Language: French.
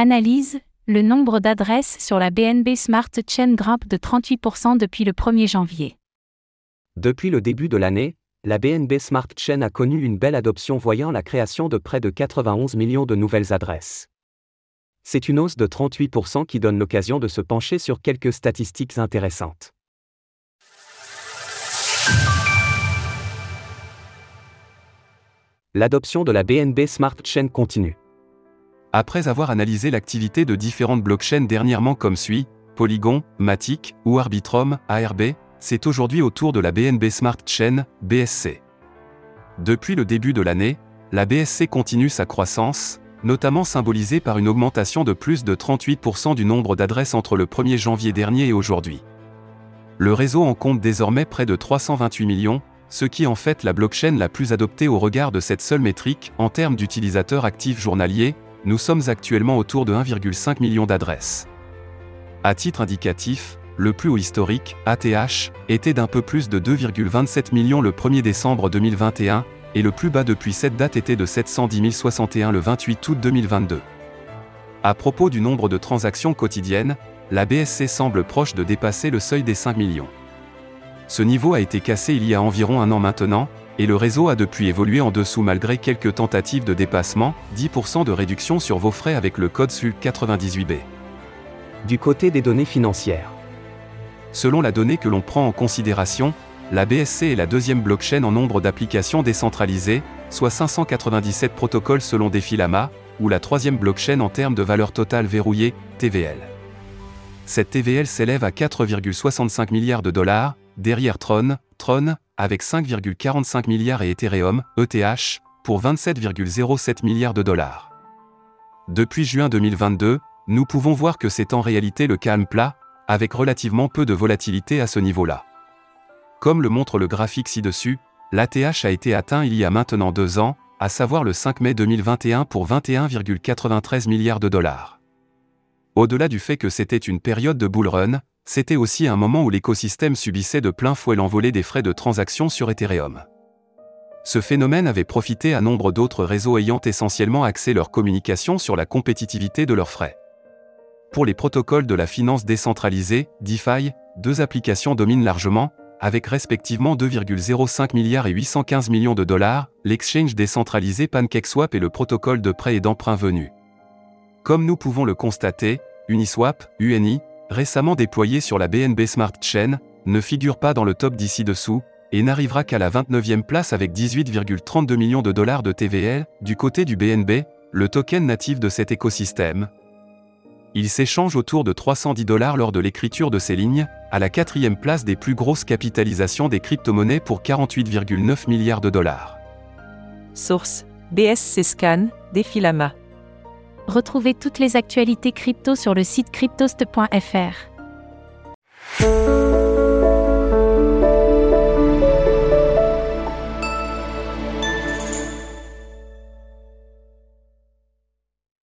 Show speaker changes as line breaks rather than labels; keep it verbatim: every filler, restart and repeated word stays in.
Analyse, le nombre d'adresses sur la B N B Smart Chain grimpe de trente-huit pour cent depuis le premier janvier.
Depuis le début de l'année, la B N B Smart Chain a connu une belle adoption voyant la création de près de quatre-vingt-onze millions de nouvelles adresses. C'est une hausse de trente-huit pour cent qui donne l'occasion de se pencher sur quelques statistiques intéressantes. L'adoption de la B N B Smart Chain continue.
Après avoir analysé l'activité de différentes blockchains dernièrement comme suit, Polygon, Matic ou Arbitrum, A R B, c'est aujourd'hui au tour de la B N B Smart Chain, B S C. Depuis le début de l'année, la B S C continue sa croissance, notamment symbolisée par une augmentation de plus de trente-huit pour cent du nombre d'adresses entre le premier janvier dernier et aujourd'hui. Le réseau en compte désormais près de trois cent vingt-huit millions, ce qui en fait la blockchain la plus adoptée au regard de cette seule métrique en termes d'utilisateurs actifs journaliers. Nous sommes actuellement autour de un virgule cinq million d'adresses. À titre indicatif, le plus haut historique, A T H, était d'un peu plus de deux virgule vingt-sept millions le premier décembre deux mille vingt et un, et le plus bas depuis cette date était de sept cent dix mille soixante et un le vingt-huit août deux mille vingt-deux. À propos du nombre de transactions quotidiennes, la B S C semble proche de dépasser le seuil des cinq millions. Ce niveau a été cassé il y a environ un an maintenant, et le réseau a depuis évolué en dessous malgré quelques tentatives de dépassement, dix pour cent de réduction sur vos frais avec le code S U quatre-vingt-dix-huit B.
Du côté des données financières.
Selon la donnée que l'on prend en considération, la B S C est la deuxième blockchain en nombre d'applications décentralisées, soit cinq cent quatre-vingt-dix-sept protocoles selon Defilama, ou la troisième blockchain en termes de valeur totale verrouillée, T V L. Cette T V L s'élève à quatre virgule soixante-cinq milliards de dollars, derrière Tron, Tron, avec cinq virgule quarante-cinq milliards et Ethereum, E T H, pour vingt-sept virgule zéro sept milliards de dollars. Depuis juin deux mille vingt-deux, nous pouvons voir que c'est en réalité le calme plat, avec relativement peu de volatilité à ce niveau-là. Comme le montre le graphique ci-dessus, l'A T H a été atteint il y a maintenant deux ans, à savoir le cinq mai deux mille vingt et un pour vingt et un virgule quatre-vingt-treize milliards de dollars. Au-delà du fait que c'était une période de bull run, c'était aussi un moment où l'écosystème subissait de plein fouet l'envolée des frais de transaction sur Ethereum. Ce phénomène avait profité à nombre d'autres réseaux ayant essentiellement axé leur communication sur la compétitivité de leurs frais. Pour les protocoles de la finance décentralisée, DeFi, deux applications dominent largement, avec respectivement deux virgule zéro cinq milliards et huit cent quinze millions de dollars, l'exchange décentralisé PancakeSwap et le protocole de prêt et d'emprunt venu. Comme nous pouvons le constater, Uniswap, U N I, récemment déployé sur la B N B Smart Chain, ne figure pas dans le top d'ici-dessous, et n'arrivera qu'à la vingt-neuvième place avec dix-huit virgule trente-deux millions de dollars de T V L, du côté du B N B, le token natif de cet écosystème. Il s'échange autour de trois cent dix dollars lors de l'écriture de ces lignes, à la quatrième place des plus grosses capitalisations des crypto-monnaies pour quarante-huit virgule neuf milliards de dollars.
Source: B S C Scan, Defilama.
Retrouvez toutes les actualités crypto sur le site cryptost point f r.